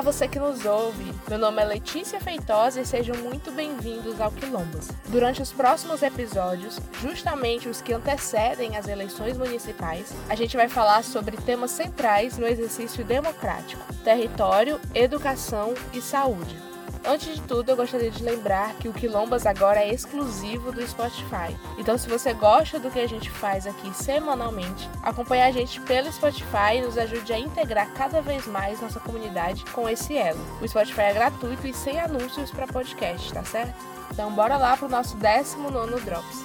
você que nos ouve! Meu nome é Letícia Feitosa e sejam muito bem-vindos ao Quilombas. Durante os próximos episódios, justamente os que antecedem as eleições municipais, a gente vai falar sobre temas centrais no exercício democrático: território, educação e saúde. Antes de tudo, eu gostaria de lembrar que o Quilombas agora é exclusivo do Spotify. Então, se você gosta do que a gente faz aqui semanalmente, acompanhe a gente pelo Spotify e nos ajude a integrar cada vez mais nossa comunidade com esse elo. O Spotify é gratuito e sem anúncios para podcast, tá certo? Então, bora lá pro nosso 19º Drops.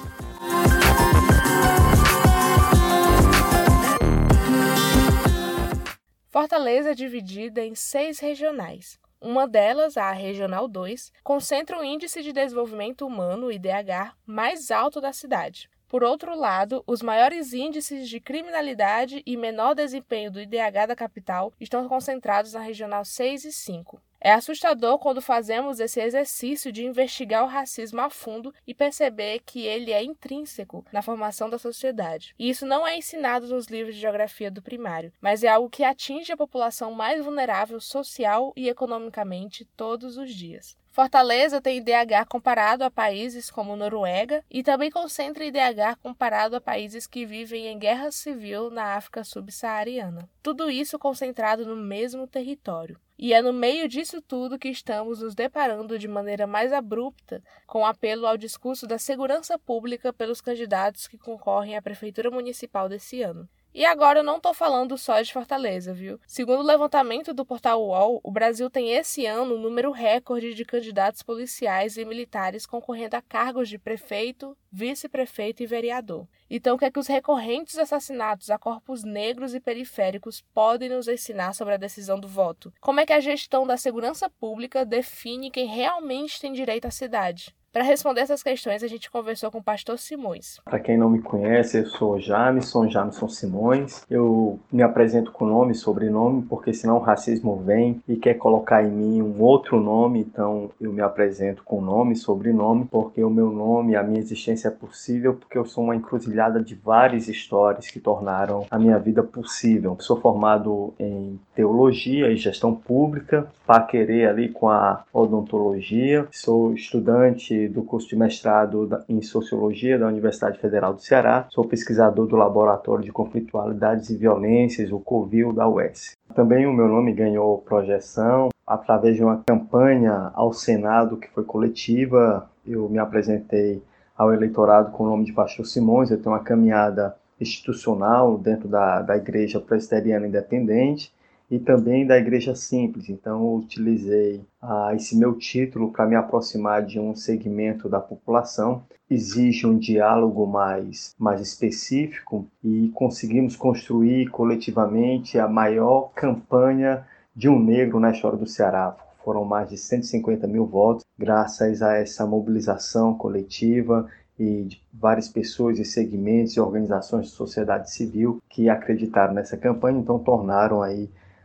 Fortaleza é dividida em 6 regionais. Uma delas, a Regional 2, concentra o Índice de Desenvolvimento Humano, IDH, mais alto da cidade. Por outro lado, os maiores índices de criminalidade e menor desempenho do IDH da capital estão concentrados na Regional 6 e 5. É assustador quando fazemos esse exercício de investigar o racismo a fundo e perceber que ele é intrínseco na formação da sociedade. E isso não é ensinado nos livros de geografia do primário, mas é algo que atinge a população mais vulnerável social e economicamente todos os dias. Fortaleza tem IDH comparado a países como Noruega e também concentra IDH comparado a países que vivem em guerra civil na África subsaariana. Tudo isso concentrado no mesmo território. E é no meio disso tudo que estamos nos deparando de maneira mais abrupta com o apelo ao discurso da segurança pública pelos candidatos que concorrem à Prefeitura Municipal desse ano. E agora eu não estou falando só de Fortaleza, viu? Segundo o levantamento do portal UOL, o Brasil tem esse ano um número recorde de candidatos policiais e militares concorrendo a cargos de prefeito, vice-prefeito e vereador. Então, o que é que os recorrentes assassinatos a corpos negros e periféricos podem nos ensinar sobre a decisão do voto? Como é que a gestão da segurança pública define quem realmente tem direito à cidade? Para responder essas questões, a gente conversou com o pastor Simões. Para quem não me conhece, eu sou Jamison Simões. Eu me apresento com nome e sobrenome, porque senão o racismo vem e quer colocar em mim um outro nome, então eu me apresento com nome e sobrenome, porque o meu nome, a minha existência é possível, porque eu sou uma encruzilhada de várias histórias que tornaram a minha vida possível. Eu sou formado em teologia e gestão pública, paquerei ali com a odontologia, sou estudante do curso de mestrado em Sociologia da Universidade Federal do Ceará. Sou pesquisador do Laboratório de Conflitualidades e Violências, o COVIL, da UES. Também o meu nome ganhou projeção através de uma campanha ao Senado que foi coletiva. Eu me apresentei ao eleitorado com o nome de Pastor Simões. Eu tenho uma caminhada institucional dentro da Igreja Presbiteriana Independente e também da Igreja Simples. Então, eu utilizei esse meu título para me aproximar de um segmento da população. Exige um diálogo mais específico e conseguimos construir coletivamente a maior campanha de um negro na história do Ceará. Foram mais de 150 mil votos, graças a essa mobilização coletiva e de várias pessoas e segmentos e organizações de sociedade civil que acreditaram nessa campanha, então tornaram aí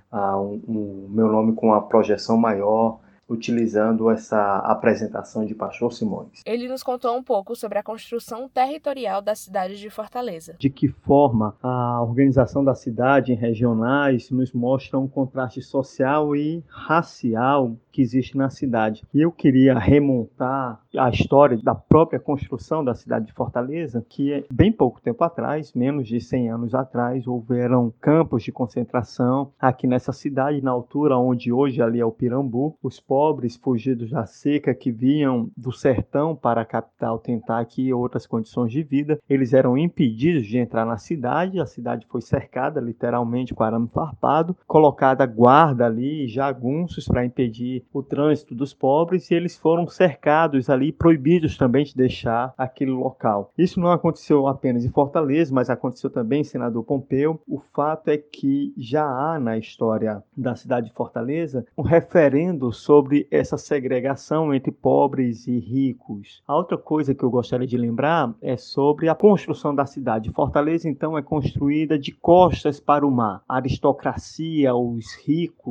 o meu nome com uma projeção maior, utilizando essa apresentação de Pastor Simões. Ele nos contou um pouco sobre a construção territorial da cidade de Fortaleza. De que forma a organização da cidade em regionais nos mostra um contraste social e racial que existe na cidade. E eu queria remontar a história da própria construção da cidade de Fortaleza, que bem pouco tempo atrás, menos de 100 anos atrás, houveram campos de concentração aqui nessa cidade, na altura onde hoje ali é o Pirambu. Os pobres fugidos da seca que vinham do sertão para a capital tentar aqui outras condições de vida, eles eram impedidos de entrar na cidade. A cidade foi cercada literalmente com arame farpado, colocada guarda ali, jagunços para impedir o trânsito dos pobres, e eles foram cercados ali, proibidos também de deixar aquele local. Isso não aconteceu apenas em Fortaleza, mas aconteceu também em Senador Pompeu. O fato é que já há na história da cidade de Fortaleza um referendo sobre essa segregação entre pobres e ricos. A outra coisa que eu gostaria de lembrar é sobre a construção da cidade. Fortaleza, então, é construída de costas para o mar. A aristocracia, os ricos,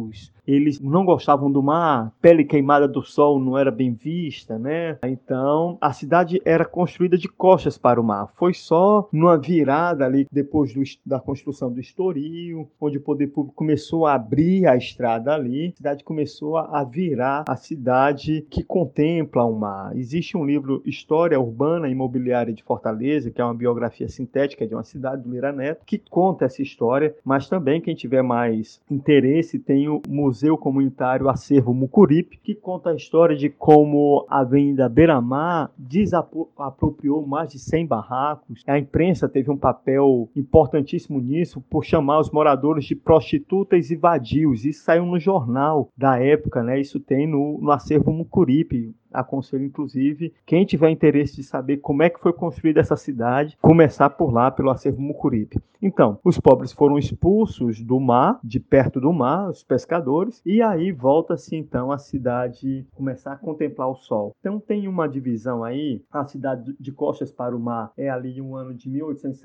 eles não gostavam do mar, pele queimada do sol não era bem vista, né? Então, a cidade era construída de costas para o mar. Foi só numa virada ali, depois da construção do Estoril, onde o poder público começou a abrir a estrada ali, a cidade começou a virar a cidade que contempla o mar. Existe um livro, História Urbana e Imobiliária de Fortaleza, que é uma biografia sintética de uma cidade, do Lira Neto, que conta essa história, mas também, quem tiver mais interesse, tem o Museu Comunitário Acervo Mucuripe, que conta a história de como a Avenida Beira-Mar desapropriou mais de 100 barracos. A imprensa teve um papel importantíssimo nisso, por chamar os moradores de prostitutas e vadios. Isso saiu no jornal da época, né? Isso tem no Acervo Mucuripe. Aconselho, inclusive, quem tiver interesse de saber como é que foi construída essa cidade, começar por lá, pelo Acervo Mucuripe. Então, os pobres foram expulsos do mar, de perto do mar, os pescadores, e aí volta-se, então, a cidade começar a contemplar o sol. Então, tem uma divisão aí, a cidade de costas para o mar é ali o ano de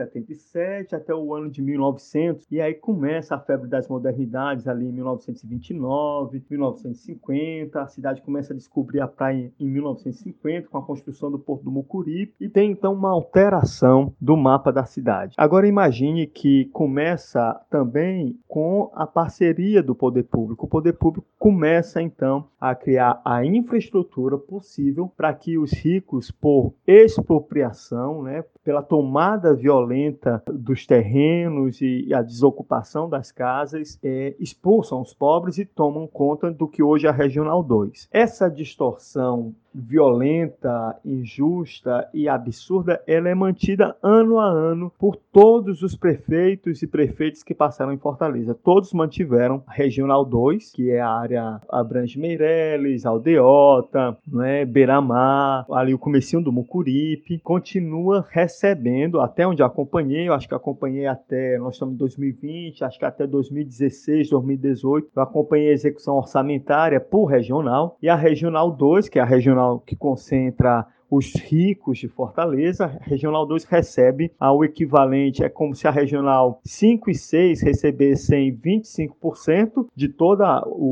1877 até o ano de 1900, e aí começa a febre das modernidades ali em 1929, 1950, a cidade começa a descobrir a praia em 1950, com a construção do Porto do Mucuripe, e tem então uma alteração do mapa da cidade. Agora imagine que começa também com a parceria do poder público. O poder público começa então a criar a infraestrutura possível para que os ricos, por expropriação, né, pela tomada violenta dos terrenos e a desocupação das casas, expulsam os pobres e tomam conta do que hoje é a Regional 2. Essa distorção violenta, injusta e absurda, ela é mantida ano a ano por todos os prefeitos e prefeitos que passaram em Fortaleza. Todos mantiveram a Regional 2, que é a área abrange Meireles, Aldeota, né, Beira-Mar, ali o comecinho do Mucuripe, continua recebendo, até onde eu acompanhei, eu acho que acompanhei até, nós estamos em 2020, acho que até 2016, 2018, eu acompanhei a execução orçamentária por regional, e a Regional 2, que é a regional que concentra os ricos de Fortaleza, a Regional 2 recebe o equivalente, é como se a Regional 5 e 6 recebessem 25% de todo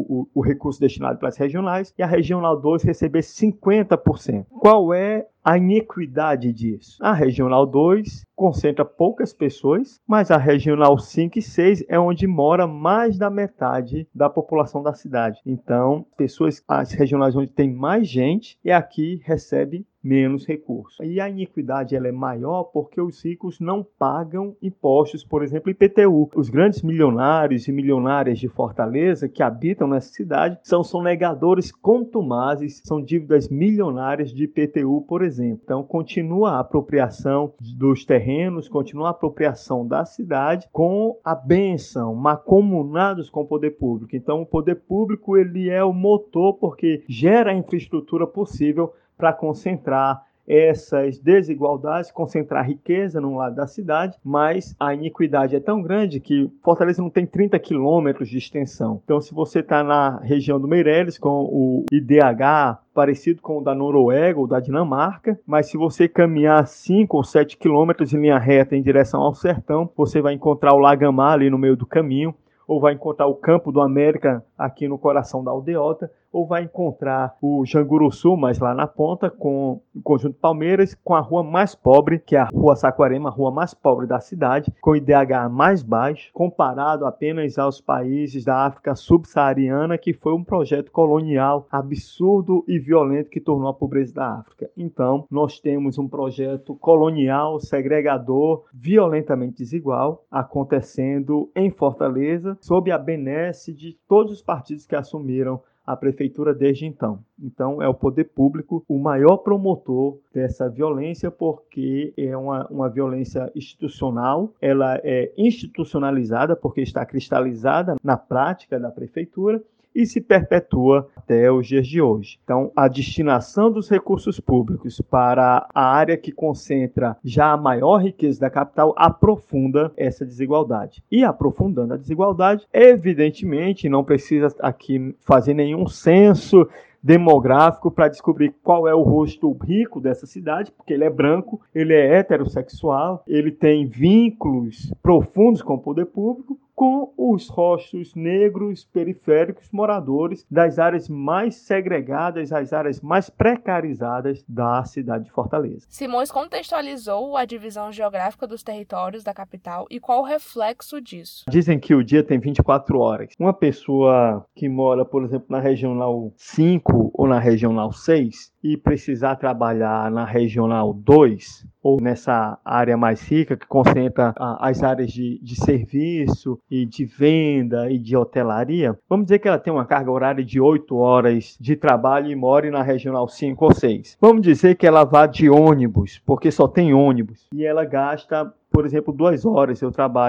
o recurso destinado para as regionais, e a Regional 2 recebesse 50%. Qual é a inequidade disso? A Regional 2 concentra poucas pessoas, mas a Regional 5 e 6 é onde mora mais da metade da população da cidade. Então, as regionais onde tem mais gente, e aqui recebe menos recursos. E a iniquidade ela é maior porque os ricos não pagam impostos, por exemplo, IPTU. Os grandes milionários e milionárias de Fortaleza que habitam nessa cidade são sonegadores contumazes, são dívidas milionárias de IPTU, por exemplo. Então, continua a apropriação dos terrenos, continua a apropriação da cidade com a bênção, mancomunados com o poder público. Então, o poder público ele é o motor porque gera a infraestrutura possível para concentrar essas desigualdades, concentrar riqueza num lado da cidade, mas a iniquidade é tão grande que Fortaleza não tem 30 quilômetros de extensão. Então, se você está na região do Meireles, com o IDH parecido com o da Noruega ou da Dinamarca, mas se você caminhar 5 ou 7 quilômetros em linha reta em direção ao sertão, você vai encontrar o Lagamar ali no meio do caminho, ou vai encontrar o Campo do América aqui no coração da Aldeota, ou vai encontrar o Janguruçu, mais lá na ponta, com o Conjunto Palmeiras, com a rua mais pobre, que é a Rua Saquarema, a rua mais pobre da cidade, com o IDH mais baixo, comparado apenas aos países da África subsaariana, que foi um projeto colonial absurdo e violento que tornou a pobreza da África. Então, nós temos um projeto colonial, segregador, violentamente desigual, acontecendo em Fortaleza, sob a benesse de todos os partidos que assumiram a prefeitura desde então. Então, é o poder público o maior promotor dessa violência, porque é uma violência institucional, ela é institucionalizada, porque está cristalizada na prática da prefeitura, e se perpetua até os dias de hoje. Então, a destinação dos recursos públicos para a área que concentra já a maior riqueza da capital aprofunda essa desigualdade. E aprofundando a desigualdade, evidentemente, não precisa aqui fazer nenhum censo demográfico para descobrir qual é o rosto rico dessa cidade, porque ele é branco, ele é heterossexual, ele tem vínculos profundos com o poder público. com os rostos negros periféricos moradores das áreas mais segregadas, as áreas mais precarizadas da cidade de Fortaleza. Simões contextualizou a divisão geográfica dos territórios da capital e qual o reflexo disso. Dizem que o dia tem 24 horas. Uma pessoa que mora, por exemplo, na Regional 5 ou na Regional 6 e precisar trabalhar na Regional 2 ou nessa área mais rica que concentra as áreas de serviço e de venda e de hotelaria, vamos dizer que ela tem uma carga horária de 8 horas de trabalho e mora na Regional 5 ou 6. Vamos dizer que ela vá de ônibus, porque só tem ônibus, e ela gasta, por exemplo, 2 horas.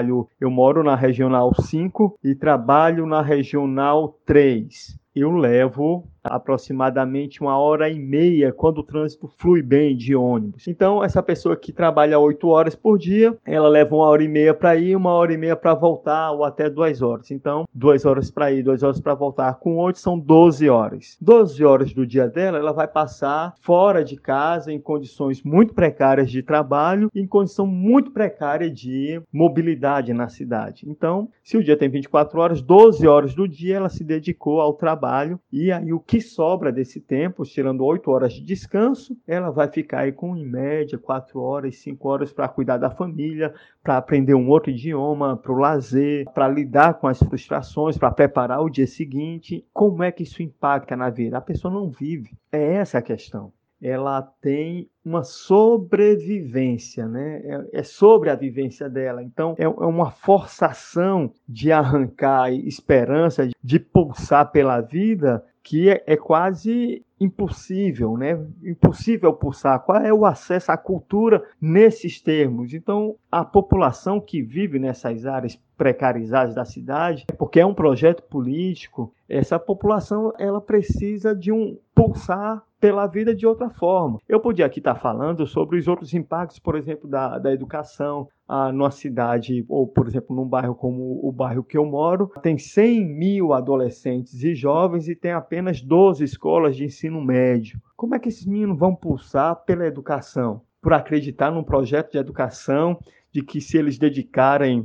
Eu moro na Regional 5 e trabalho na Regional 3. Eu levo aproximadamente 1h30 quando o trânsito flui bem de ônibus. Então, essa pessoa que trabalha 8 horas por dia, ela leva 1h30 para ir, 1h30 para voltar, ou até 2 horas. Então, 2 horas para ir, 2 horas para voltar. Com 8 são 12 horas. 12 horas do dia dela, ela vai passar fora de casa, em condições muito precárias de trabalho, em condição muito precária de mobilidade na cidade. Então, se o dia tem 24 horas, 12 horas do dia ela se dedicou ao trabalho, e aí o que sobra desse tempo, tirando 8 horas de descanso, ela vai ficar aí com, em média, 4 horas, 5 horas para cuidar da família, para aprender um outro idioma, para o lazer, para lidar com as frustrações, para preparar o dia seguinte. Como é que isso impacta na vida? A pessoa não vive. É essa a questão. Ela tem uma sobrevivência, né? É sobre a vivência dela. Então, é uma forçação de arrancar esperança, de pulsar pela vida, que é quase impossível, né? Impossível pulsar. Qual é o acesso à cultura nesses termos? Então, a população que vive nessas áreas precarizadas da cidade, porque é um projeto político, essa população ela precisa de um pulsar pela vida de outra forma. Eu podia aqui estar falando sobre os outros impactos, por exemplo, da educação numa cidade, ou, por exemplo, num bairro como o bairro que eu moro, tem 100 mil adolescentes e jovens e tem apenas 12 escolas de ensino médio. Como é que esses meninos vão pulsar pela educação? Por acreditar num projeto de educação, de que se eles dedicarem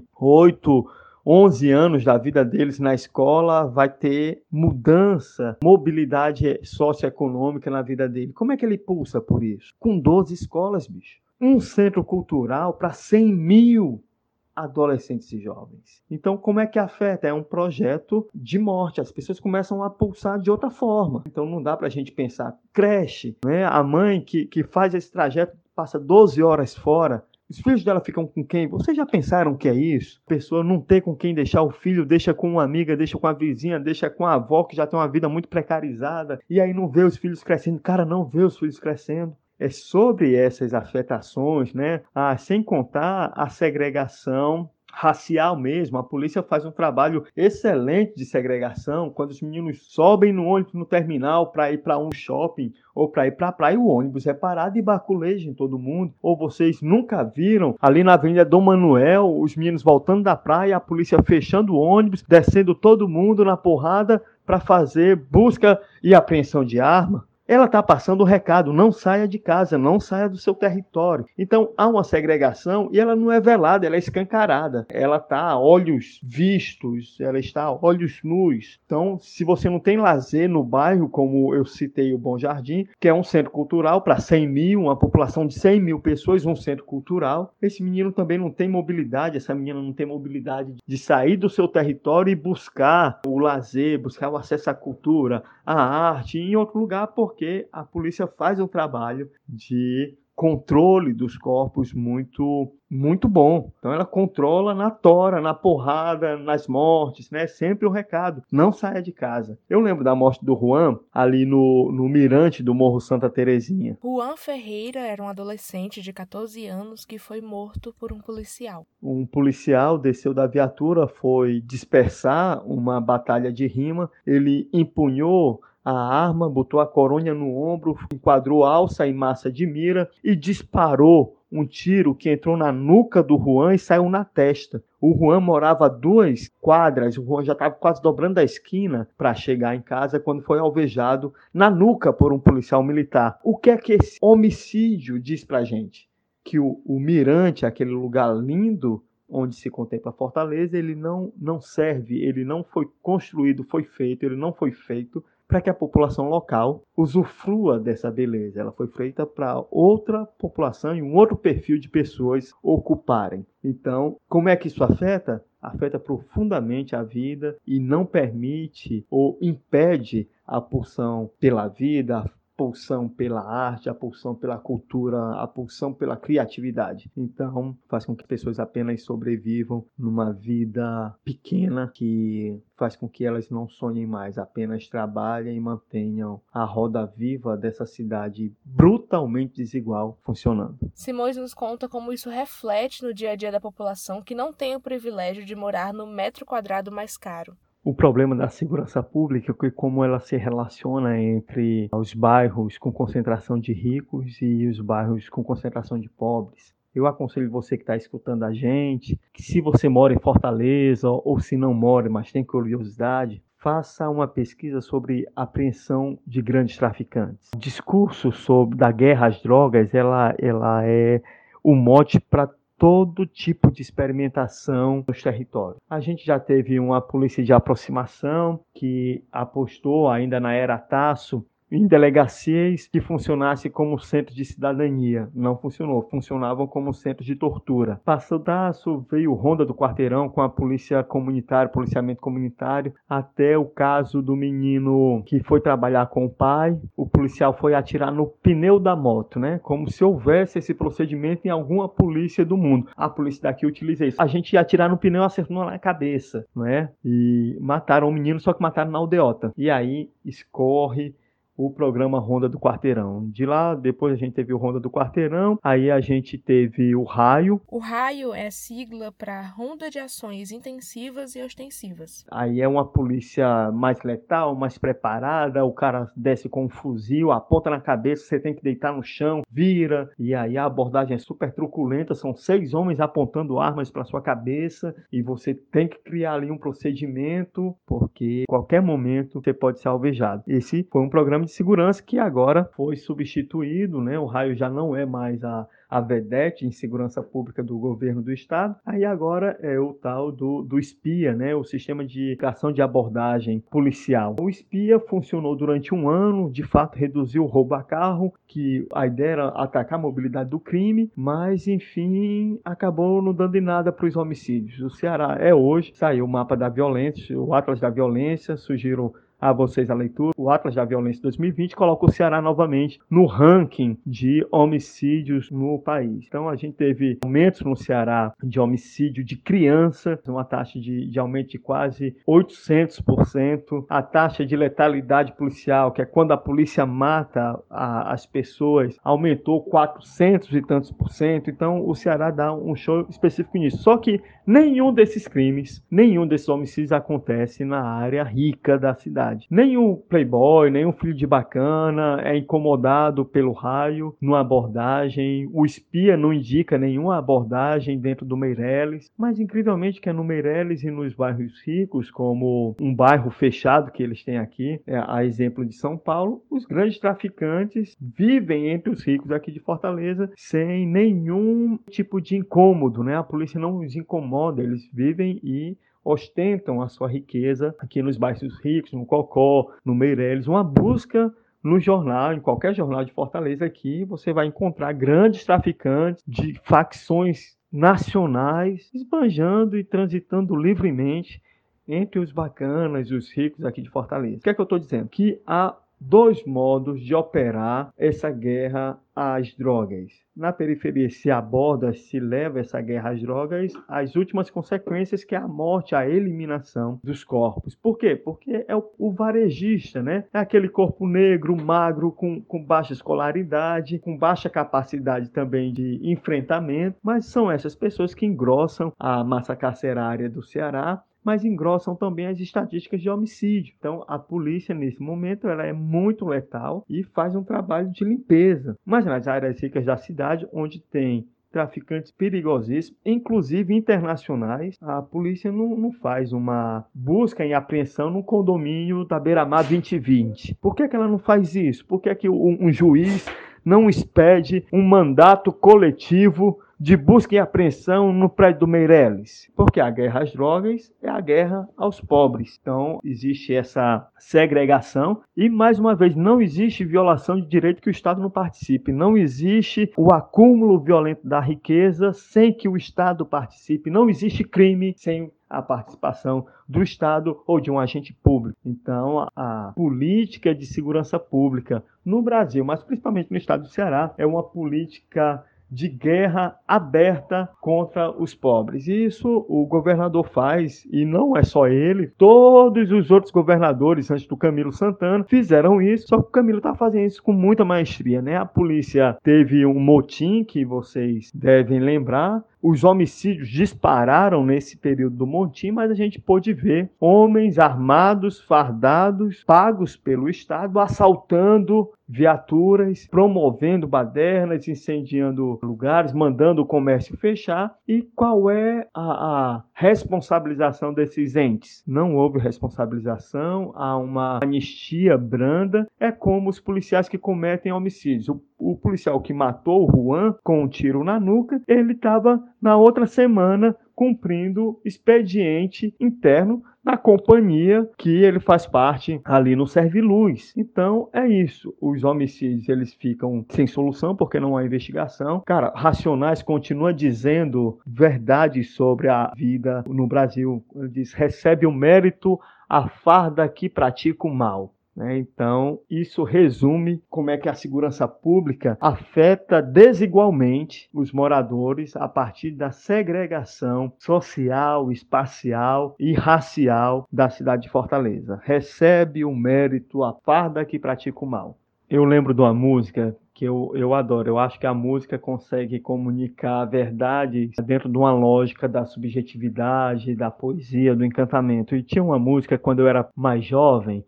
11 anos da vida deles na escola, vai ter mudança, mobilidade socioeconômica na vida dele. Como é que ele pulsa por isso? Com 12 escolas, bicho. Um centro cultural para 100 mil adolescentes e jovens. Então, como é que afeta? É um projeto de morte. As pessoas começam a pulsar de outra forma. Então, não dá para a gente pensar. Creche, né? A mãe que faz esse trajeto passa 12 horas fora. Os filhos dela ficam com quem? Vocês já pensaram o que é isso? A pessoa não ter com quem deixar o filho, deixa com uma amiga, deixa com a vizinha, deixa com a avó que já tem uma vida muito precarizada, e aí não vê os filhos crescendo. Cara, não vê os filhos crescendo. É sobre essas afetações, né? Sem contar a segregação racial mesmo. A polícia faz um trabalho excelente de segregação. Quando os meninos sobem no ônibus no terminal para ir para um shopping ou para ir para a praia, o ônibus é parado e baculeja em todo mundo. Ou vocês nunca viram ali na Avenida Dom Manuel os meninos voltando da praia, a polícia fechando o ônibus, descendo todo mundo na porrada para fazer busca e apreensão de arma? Ela está passando o recado: não saia de casa, não saia do seu território. Então há uma segregação e ela não é velada, ela é escancarada. Ela está a olhos vistos, ela está a olhos nus. Então, se você não tem lazer no bairro, como eu citei o Bom Jardim, que é um centro cultural para 100 mil, uma população de 100 mil pessoas, um centro cultural, esse menino também não tem mobilidade, essa menina não tem mobilidade de sair do seu território e buscar o lazer, buscar o acesso à cultura, à arte, em outro lugar, porque a polícia faz um trabalho de controle dos corpos muito bom. Então ela controla na tora, na porrada, nas mortes, né? Sempre o recado: não saia de casa. Eu lembro da morte do Juan, ali no mirante do Morro Santa Terezinha. Juan Ferreira era um adolescente de 14 anos que foi morto por um policial. Um policial desceu da viatura, foi dispersar uma batalha de rima, ele empunhou a arma, botou a coronha no ombro, enquadrou alça e massa de mira e disparou um tiro que entrou na nuca do Juan e saiu na testa. O Juan morava a 2 quadras, o Juan já estava quase dobrando a esquina para chegar em casa quando foi alvejado na nuca por um policial militar. O que é que esse homicídio diz pra gente? Que o mirante, aquele lugar lindo, onde se contempla Fortaleza, ele não serve, ele não foi construído, ele não foi feito para que a população local usufrua dessa beleza. Ela foi feita para outra população e um outro perfil de pessoas ocuparem. Então, como é que isso afeta? Afeta profundamente a vida e não permite ou impede a pulsão pela vida, a pulsão pela arte, a pulsão pela cultura, a pulsão pela criatividade. Então, faz com que pessoas apenas sobrevivam numa vida pequena, que faz com que elas não sonhem mais, apenas trabalhem e mantenham a roda viva dessa cidade brutalmente desigual funcionando. Simões nos conta como isso reflete no dia a dia da população que não tem o privilégio de morar no metro quadrado mais caro. O problema da segurança pública é como ela se relaciona entre os bairros com concentração de ricos e os bairros com concentração de pobres. Eu aconselho você que está escutando a gente, que se você mora em Fortaleza ou se não mora, mas tem curiosidade, faça uma pesquisa sobre apreensão de grandes traficantes. O discurso da guerra às drogas, ela é o mote para todo tipo de experimentação nos territórios. A gente já teve uma polícia de aproximação que apostou, ainda na era Tasso, em delegacias que funcionassem como centro de cidadania. Não funcionou, funcionavam como centro de tortura. Passou Tasso, veio o Ronda do Quarteirão com a polícia comunitária, policiamento comunitário, até o caso do menino que foi trabalhar com o pai. O policial foi atirar no pneu da moto, né? Como se houvesse esse procedimento em alguma polícia do mundo. A polícia daqui utiliza isso. A gente ia atirar no pneu, acertou na cabeça, não é? E mataram o menino, só que mataram na aldeota. E aí escorre o programa Ronda do Quarteirão. De lá, depois a gente teve o Ronda do Quarteirão, aí a gente teve o Raio. O Raio é sigla para Ronda de Ações Intensivas e Ostensivas. Aí é uma polícia mais letal, mais preparada, o cara desce com um fuzil, aponta na cabeça, você tem que deitar no chão, vira, e aí a abordagem é super truculenta, são 6 homens apontando armas para sua cabeça, e você tem que criar ali um procedimento, porque a qualquer momento você pode ser alvejado. Esse foi um programa de segurança que agora foi substituído, né? O Raio já não é mais a vedete em segurança pública do governo do estado, aí agora é o tal do SPIA, né? O Sistema de Ação de Abordagem Policial. O SPIA funcionou durante um ano, de fato reduziu o roubo a carro, que a ideia era atacar a mobilidade do crime, mas enfim, acabou não dando em nada para os homicídios. O Ceará hoje, saiu o mapa da violência, o Atlas da Violência, sugiro a vocês a leitura. O Atlas da Violência 2020 coloca o Ceará novamente no ranking de homicídios no país. Então a gente teve aumentos no Ceará de homicídio de criança, uma taxa de aumento de quase 800%. A taxa de letalidade policial, que é quando a polícia mata as pessoas, aumentou 400 e tantos por cento. Então o Ceará dá um show específico nisso. Só que nenhum desses crimes, nenhum desses homicídios acontece na área rica da cidade. Nenhum playboy, nenhum filho de bacana é incomodado pelo Raio numa abordagem. O SPIA não indica nenhuma abordagem dentro do Meireles, mas incrivelmente que é no Meireles e nos bairros ricos, como um bairro fechado que eles têm aqui, a exemplo de São Paulo, os grandes traficantes vivem entre os ricos aqui de Fortaleza sem nenhum tipo de incômodo, né? A polícia não os incomoda, eles vivem e ostentam a sua riqueza aqui nos bairros ricos, no Cocó, no Meireles. Uma busca no jornal, em qualquer jornal de Fortaleza aqui, você vai encontrar grandes traficantes de facções nacionais esbanjando e transitando livremente entre os bacanas e os ricos aqui de Fortaleza. O que é que eu estou dizendo? Que há 2 modos de operar essa guerra às drogas. Na periferia se leva essa guerra às drogas, as últimas consequências, que é a morte, a eliminação dos corpos. Por quê? Porque é o varejista, né? É aquele corpo negro, magro, com baixa escolaridade, com baixa capacidade também de enfrentamento, mas são essas pessoas que engrossam a massa carcerária do Ceará, mas engrossam também as estatísticas de homicídio. Então, a polícia, nesse momento, ela é muito letal e faz um trabalho de limpeza. Mas nas áreas ricas da cidade, onde tem traficantes perigosíssimos, inclusive internacionais, a polícia não faz uma busca em apreensão no condomínio da Beira-Mar 2020. Por que ela não faz isso? Por que um juiz não expede um mandato coletivo de busca e apreensão no prédio do Meireles? Porque a guerra às drogas é a guerra aos pobres. Então, existe essa segregação e, mais uma vez, não existe violação de direito que o Estado não participe. Não existe o acúmulo violento da riqueza sem que o Estado participe. Não existe crime sem a participação do Estado ou de um agente público. Então, a política de segurança pública no Brasil, mas principalmente no estado do Ceará, é uma política de guerra aberta contra os pobres. E isso o governador faz, e não é só ele, todos os outros governadores antes do Camilo Santana fizeram isso, só que o Camilo está fazendo isso com muita maestria, né? A polícia teve um motim que vocês devem lembrar. Os homicídios dispararam nesse período do motim, mas a gente pôde ver homens armados, fardados, pagos pelo Estado, assaltando viaturas, promovendo badernas, incendiando lugares, mandando o comércio fechar. E qual é a responsabilização desses entes? Não houve responsabilização, há uma anistia branda. É como os policiais que cometem homicídios. O policial que matou o Juan com um tiro na nuca, ele estava na outra semana cumprindo expediente interno na companhia que ele faz parte ali no Serviluz. Então é isso, os homicídios eles ficam sem solução porque não há investigação. Cara, Racionais continua dizendo verdades sobre a vida no Brasil. Ele diz, recebe o mérito a farda que pratica o mal. Então, isso resume como é que a segurança pública afeta desigualmente os moradores a partir da segregação social, espacial e racial da cidade de Fortaleza. Recebe o mérito a farda que pratica o mal. Eu lembro de uma música que eu adoro. Eu acho que a música consegue comunicar verdades dentro de uma lógica da subjetividade, da poesia, do encantamento. E tinha uma música quando eu era mais jovem.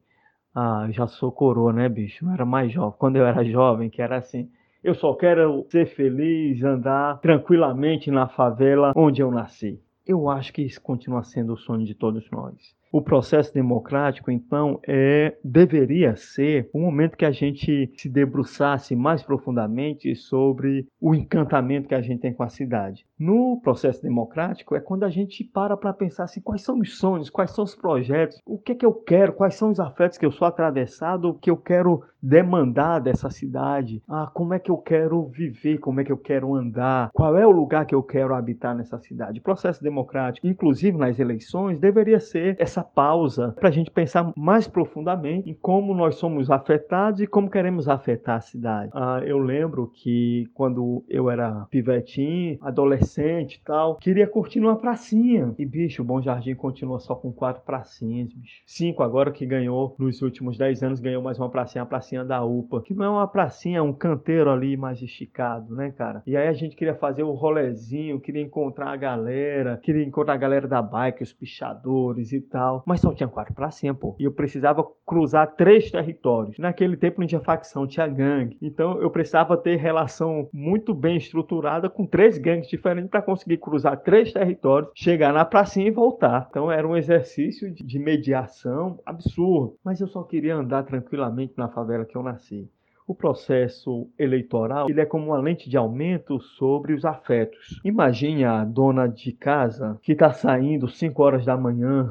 Já sou coroa, né, bicho? Eu era mais jovem. Quando eu era jovem, que era assim, eu só quero ser feliz, andar tranquilamente na favela onde eu nasci. Eu acho que isso continua sendo o sonho de todos nós. O processo democrático, então, deveria ser um momento que a gente se debruçasse mais profundamente sobre o encantamento que a gente tem com a cidade. No processo democrático é quando a gente para pensar assim, quais são os sonhos, quais são os projetos, o que é que eu quero, quais são os afetos que eu sou atravessado, o que eu quero demandar dessa cidade, como é que eu quero viver, como é que eu quero andar, qual é o lugar que eu quero habitar nessa cidade. O processo democrático, inclusive nas eleições, deveria ser essa pausa para a gente pensar mais profundamente em como nós somos afetados e como queremos afetar a cidade. Eu lembro que quando eu era pivetinho, adolescente e tal, queria curtir numa pracinha. E, bicho, o Bom Jardim continua só com 4 pracinhas, bicho. 5 agora que ganhou, nos últimos 10 anos, ganhou mais uma pracinha, a pracinha da UPA, que não é uma pracinha, é um canteiro ali mais esticado, né, cara? E aí a gente queria fazer o rolezinho, queria encontrar a galera da bike, os pichadores e tal. Mas só tinha 4 pracinhas, pô. E eu precisava cruzar 3 territórios. Naquele tempo não tinha facção, tinha gangue. Então eu precisava ter relação muito bem estruturada com 3 gangues diferentes para conseguir cruzar 3 territórios, chegar na pracinha e voltar. Então era um exercício de mediação absurdo. Mas eu só queria andar tranquilamente na favela que eu nasci. O processo eleitoral ele é como uma lente de aumento sobre os afetos. Imagine a dona de casa que está saindo 5 horas da manhã,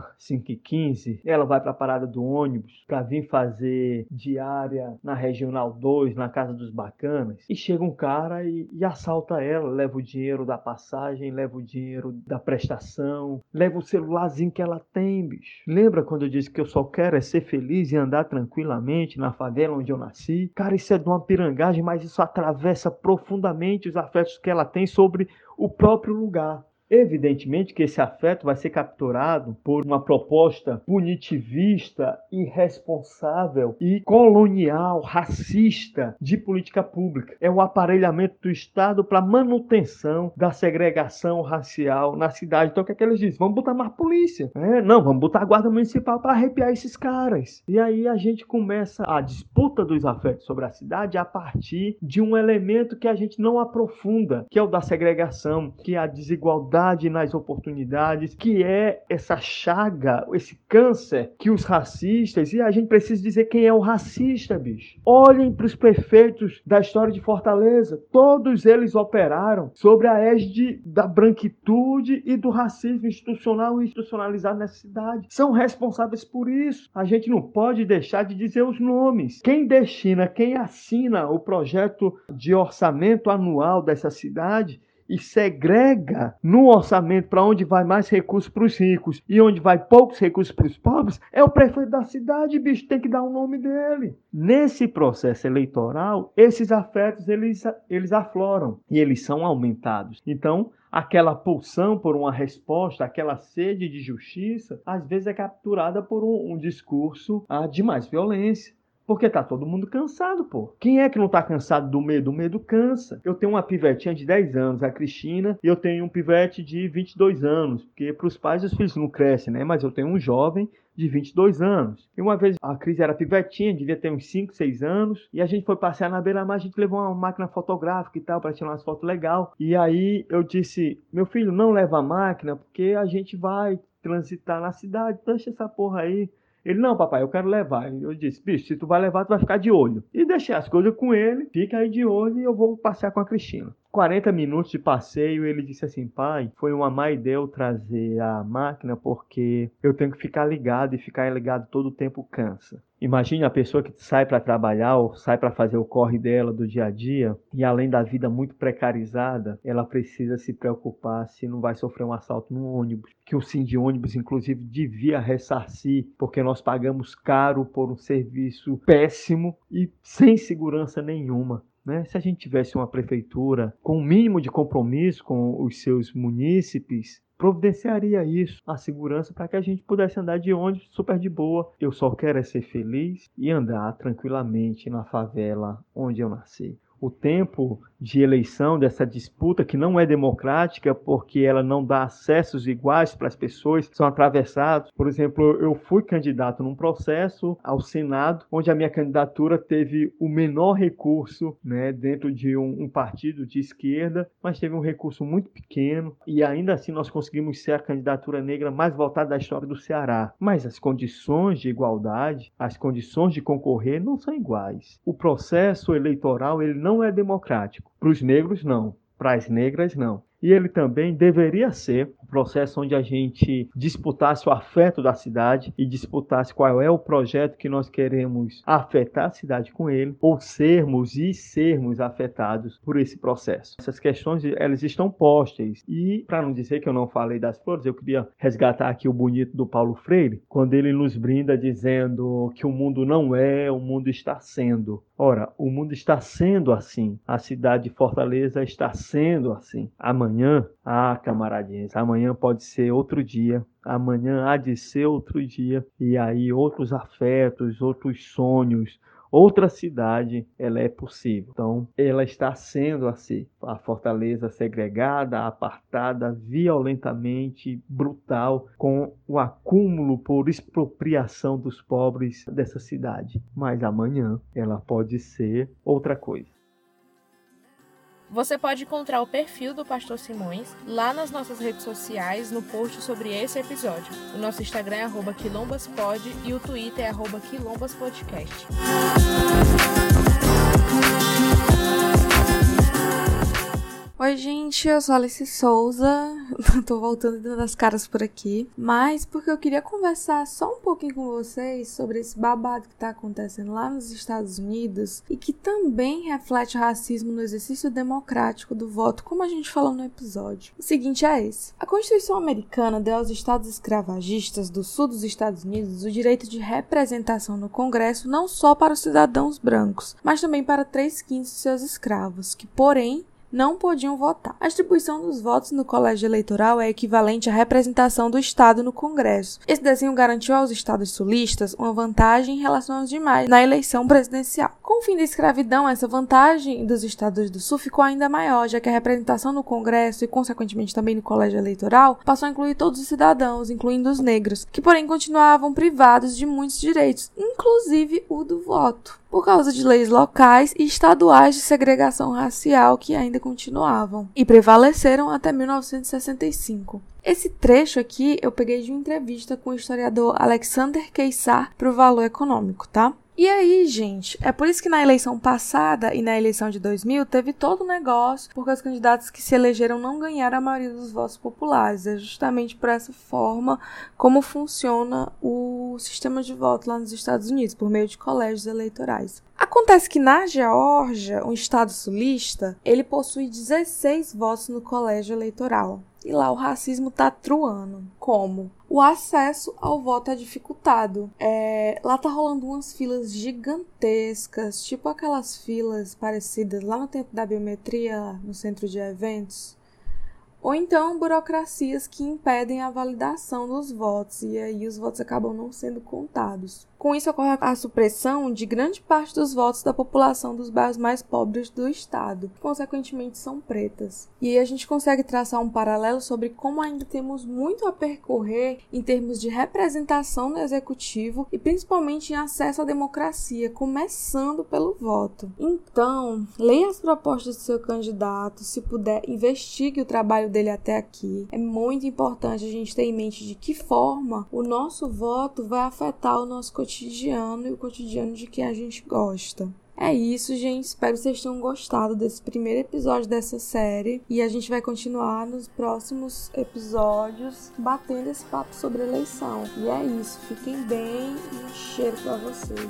5h15, ela vai para a parada do ônibus para vir fazer diária na Regional 2, na Casa dos Bacanas, e chega um cara e assalta ela, leva o dinheiro da passagem, leva o dinheiro da prestação, leva o celularzinho que ela tem, bicho. Lembra quando eu disse que eu só quero ser feliz e andar tranquilamente na favela onde eu nasci? Cara, isso é de uma pirangagem, mas isso atravessa profundamente os afetos que ela tem sobre o próprio lugar. Evidentemente que esse afeto vai ser capturado por uma proposta punitivista, irresponsável e colonial, racista de política pública. É o aparelhamento do Estado para manutenção da segregação racial na cidade. Então o que é que eles dizem? Vamos botar mais polícia. Não, vamos botar a guarda municipal para arrepiar esses caras. E aí a gente começa a disputa dos afetos sobre a cidade a partir de um elemento que a gente não aprofunda, que é o da segregação, que é a desigualdade igualdade nas oportunidades, que é essa chaga, esse câncer que os racistas, e a gente precisa dizer quem é o racista, bicho. Olhem para os prefeitos da história de Fortaleza, todos eles operaram sobre a égide da branquitude e do racismo institucional e institucionalizado nessa cidade. São responsáveis por isso. A gente não pode deixar de dizer os nomes. Quem destina, quem assina o projeto de orçamento anual dessa cidade e segrega no orçamento para onde vai mais recursos para os ricos e onde vai poucos recursos para os pobres, é o prefeito da cidade, bicho, tem que dar o nome dele. Nesse processo eleitoral, esses afetos, eles afloram e eles são aumentados. Então, aquela pulsão por uma resposta, aquela sede de justiça, às vezes é capturada por um discurso de mais violência. Porque tá todo mundo cansado, pô. Quem é que não tá cansado do medo? O medo cansa. Eu tenho uma pivetinha de 10 anos, a Cristina, e eu tenho um pivete de 22 anos. Porque pros pais os filhos não crescem, né? Mas eu tenho um jovem de 22 anos. E uma vez a Cris era pivetinha, devia ter uns 5, 6 anos, e a gente foi passear na beira-mar, a gente levou uma máquina fotográfica e tal, para tirar umas fotos legais. E aí eu disse, meu filho, não leva a máquina, porque a gente vai transitar na cidade, deixa essa porra aí. Ele, não, papai, eu quero levar. Eu disse, bicho, se tu vai levar, tu vai ficar de olho. E deixei as coisas com ele, fica aí de olho e eu vou passear com a Cristina. 40 minutos de passeio, ele disse assim, pai, foi uma má ideia eu trazer a máquina porque eu tenho que ficar ligado e ficar ligado todo o tempo cansa. Imagine a pessoa que sai para trabalhar ou sai para fazer o corre dela do dia a dia e além da vida muito precarizada, ela precisa se preocupar se não vai sofrer um assalto no ônibus. Que o Sindônibus, inclusive, devia ressarcir porque nós pagamos caro por um serviço péssimo e sem segurança nenhuma. Se a gente tivesse uma prefeitura com um mínimo de compromisso com os seus munícipes, providenciaria isso, a segurança, para que a gente pudesse andar de ônibus super de boa. Eu só quero é ser feliz e andar tranquilamente na favela onde eu nasci. O tempo de eleição dessa disputa, que não é democrática, porque ela não dá acessos iguais para as pessoas, são atravessados. Por exemplo, eu fui candidato num processo ao Senado, onde a minha candidatura teve o menor recurso, dentro de um partido de esquerda, mas teve um recurso muito pequeno, e ainda assim nós conseguimos ser a candidatura negra mais votada da história do Ceará. Mas as condições de igualdade, as condições de concorrer não são iguais. O processo eleitoral, ele não é democrático. Para os negros, não. Para as negras, não. E ele também deveria ser um processo onde a gente disputasse o afeto da cidade e disputasse qual é o projeto que nós queremos afetar a cidade com ele, ou sermos afetados por esse processo. Essas questões, elas estão postas. E, para não dizer que eu não falei das flores, eu queria resgatar aqui o bonito do Paulo Freire, quando ele nos brinda dizendo que o mundo não é, o mundo está sendo. Ora, o mundo está sendo assim. A cidade de Fortaleza está sendo assim. Amanhã, camaradinhas, amanhã pode ser outro dia. Amanhã há de ser outro dia. E aí outros afetos, outros sonhos, outra cidade, ela é possível. Então, ela está sendo assim. A Fortaleza segregada, apartada, violentamente, brutal, com o acúmulo por expropriação dos pobres dessa cidade. Mas amanhã ela pode ser outra coisa. Você pode encontrar o perfil do Pastor Simões lá nas nossas redes sociais, no post sobre esse episódio. O nosso Instagram é @quilombaspod e o Twitter é @quilombaspodcast. Oi, gente, eu sou Alice Souza, tô voltando dando as caras por aqui, mas porque eu queria conversar só um pouquinho com vocês sobre esse babado que tá acontecendo lá nos Estados Unidos e que também reflete o racismo no exercício democrático do voto, como a gente falou no episódio. O seguinte é esse: a Constituição americana deu aos estados escravagistas do sul dos Estados Unidos o direito de representação no Congresso não só para os cidadãos brancos, mas também para 3/5 de seus escravos, que, porém, não podiam votar. A distribuição dos votos no colégio eleitoral é equivalente à representação do Estado no Congresso. Esse desenho garantiu aos estados sulistas uma vantagem em relação aos demais na eleição presidencial. Com o fim da escravidão, essa vantagem dos estados do Sul ficou ainda maior, já que a representação no Congresso e, consequentemente, também no colégio eleitoral passou a incluir todos os cidadãos, incluindo os negros, que, porém, continuavam privados de muitos direitos, inclusive o do voto. por causa de leis locais e estaduais de segregação racial que ainda continuavam e prevaleceram até 1965. Esse trecho aqui eu peguei de uma entrevista com o historiador Alexander Keysar para o Valor Econômico, tá? E aí, gente, é por isso que na eleição passada e na eleição de 2000 teve todo o negócio, porque os candidatos que se elegeram não ganharam a maioria dos votos populares. É justamente por essa forma como funciona o sistema de voto lá nos Estados Unidos, por meio de colégios eleitorais. Acontece que na Geórgia, um estado sulista, ele possui 16 votos no colégio eleitoral. E lá o racismo tá truando. Como? O acesso ao voto é dificultado. Lá tá rolando umas filas gigantescas, tipo aquelas filas parecidas lá no tempo da biometria, no centro de eventos. Ou então burocracias que impedem a validação dos votos, e aí os votos acabam não sendo contados. Com isso ocorre a supressão de grande parte dos votos da população dos bairros mais pobres do estado, que consequentemente são pretas. E aí a gente consegue traçar um paralelo sobre como ainda temos muito a percorrer em termos de representação no executivo e principalmente em acesso à democracia, começando pelo voto. Então, leia as propostas do seu candidato, se puder, investigue o trabalho dele até aqui. É muito importante a gente ter em mente de que forma o nosso voto vai afetar o nosso cotidiano e o cotidiano de quem a gente gosta. É isso, gente. Espero que vocês tenham gostado desse primeiro episódio dessa série. E a gente vai continuar nos próximos episódios batendo esse papo sobre eleição. E é isso. Fiquem bem e um cheiro pra vocês.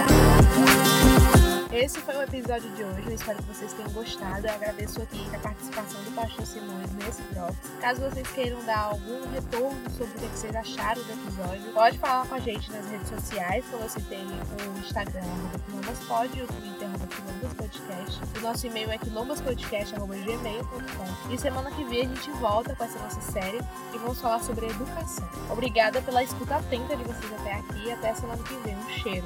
Esse foi o episódio de hoje, eu espero que vocês tenham gostado. Eu agradeço aqui a participação do Pastor Simões nesse Drops. Caso vocês queiram dar algum retorno sobre o que vocês acharam do episódio, pode falar com a gente nas redes sociais, como você tem o Instagram @quilombaspod, o Twitter @quilombaspodcast. O nosso e-mail é quilombaspodcast@gmail.com. E semana que vem a gente volta com essa nossa série e vamos falar sobre educação. Obrigada pela escuta atenta de vocês até aqui e até semana que vem. Um cheiro!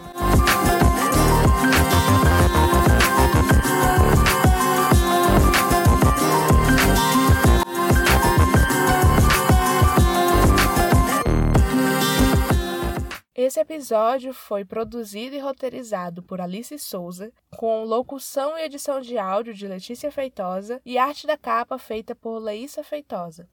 Esse episódio foi produzido e roteirizado por Alice Souza, com locução e edição de áudio de Letícia Feitosa e arte da capa feita por Leísa Feitosa.